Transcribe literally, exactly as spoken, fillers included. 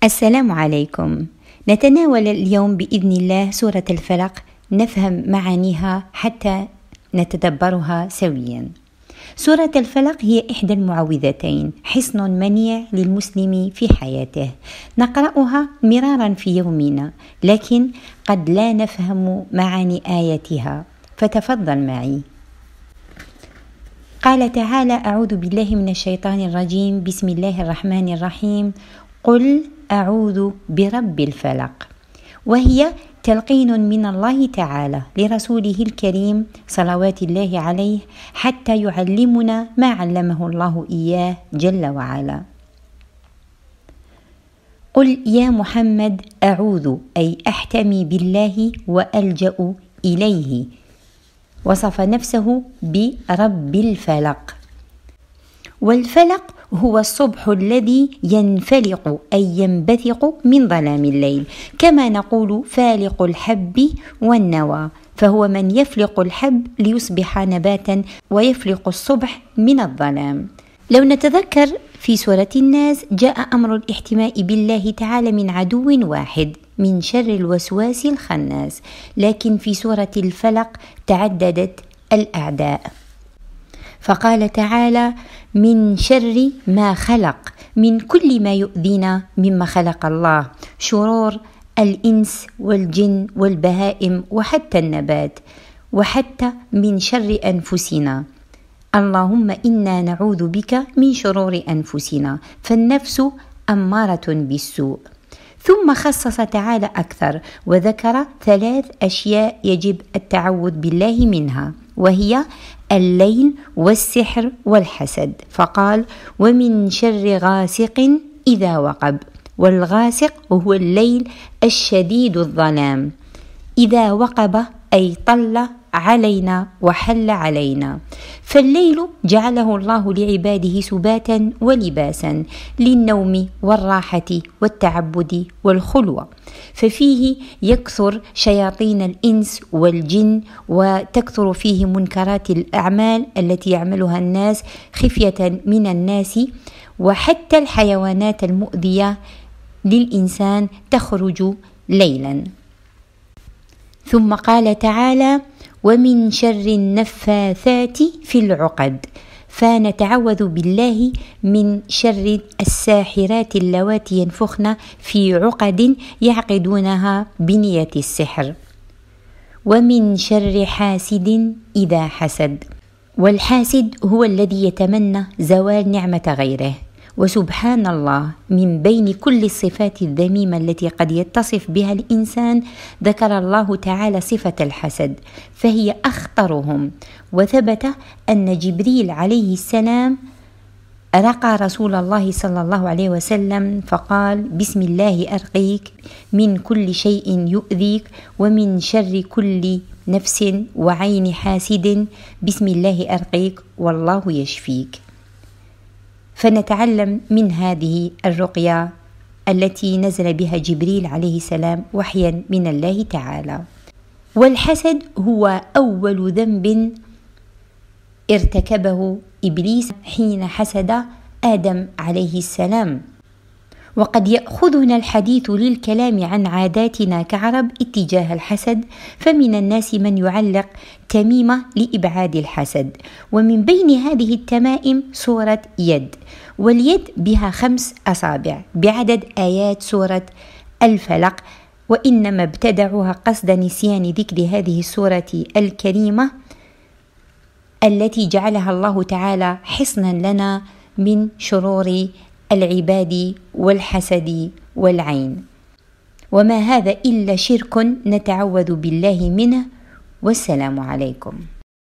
السلام عليكم. نتناول اليوم بإذن الله سورة الفلق، نفهم معانيها حتى نتدبرها سويا. سورة الفلق هي إحدى المعوذتين، حصن منيع للمسلم في حياته، نقرأها مرارا في يومنا، لكن قد لا نفهم معاني آياتها، فتفضل معي. قال تعالى: أعوذ بالله من الشيطان الرجيم، بسم الله الرحمن الرحيم. قل أعوذ برب الفلق، وهي تلقين من الله تعالى لرسوله الكريم صلوات الله عليه حتى يعلمنا ما علمه الله إياه جل وعلا. قل يا محمد أعوذ، أي أحتمي بالله وألجأ إليه. وصف نفسه برب الفلق، والفلق هو الصبح الذي ينفلق أي ينبثق من ظلام الليل، كما نقول فالق الحب والنوى، فهو من يفلق الحب ليصبح نباتا ويفلق الصبح من الظلام. لو نتذكر في سورة الناس جاء أمر الاحتماء بالله تعالى من عدو واحد، من شر الوسواس الخناس، لكن في سورة الفلق تعددت الأعداء، فقال تعالى: من شر ما خلق، من كل ما يؤذينا مما خلق الله، شرور الإنس والجن والبهائم وحتى النبات، وحتى من شر أنفسنا. اللهم إنا نعوذ بك من شرور أنفسنا، فالنفس أمارة بالسوء. ثم خصص تعالى أكثر وذكر ثلاث أشياء يجب التعوذ بالله منها، وهي الليل والسحر والحسد، فقال: ومن شر غاسق إذا وقب. والغاسق هو الليل الشديد الظلام، إذا وقب أي طل علينا وحل علينا. فالليل جعله الله لعباده سباتا ولباسا للنوم والراحة والتعبد والخلوة، ففيه يكثر شياطين الإنس والجن، وتكثر فيه منكرات الأعمال التي يعملها الناس خفية من الناس، وحتى الحيوانات المؤذية للإنسان تخرج ليلا. ثم قال تعالى: ومن شر النفاثات في العقد، فنتعوذ بالله من شر الساحرات اللواتي ينفخن في عقد يعقدونها بنية السحر. ومن شر حاسد إذا حسد، والحاسد هو الذي يتمنى زوال نعمة غيره، وسبحان الله من بين كل الصفات الذميمة التي قد يتصف بها الإنسان ذكر الله تعالى صفة الحسد، فهي أخطرهم. وثبت أن جبريل عليه السلام رقى رسول الله صلى الله عليه وسلم فقال: بسم الله أرقيك من كل شيء يؤذيك، ومن شر كل نفس وعين حاسد، بسم الله أرقيك والله يشفيك. فنتعلم من هذه الرقية التي نزل بها جبريل عليه السلام وحيا من الله تعالى. والحسد هو أول ذنب ارتكبه إبليس حين حسد آدم عليه السلام. وقد يأخذنا الحديث للكلام عن عاداتنا كعرب اتجاه الحسد، فمن الناس من يعلق تميمة لإبعاد الحسد، ومن بين هذه التمائم سورة يد، واليد بها خمس أصابع بعدد آيات سورة الفلق، وإنما ابتدعوها قصد نسيان ذكر هذه السورة الكريمة التي جعلها الله تعالى حصنا لنا من شرور العباد والحسد والعين. وما هذا إلا شرك نتعوذ بالله منه، والسلام عليكم.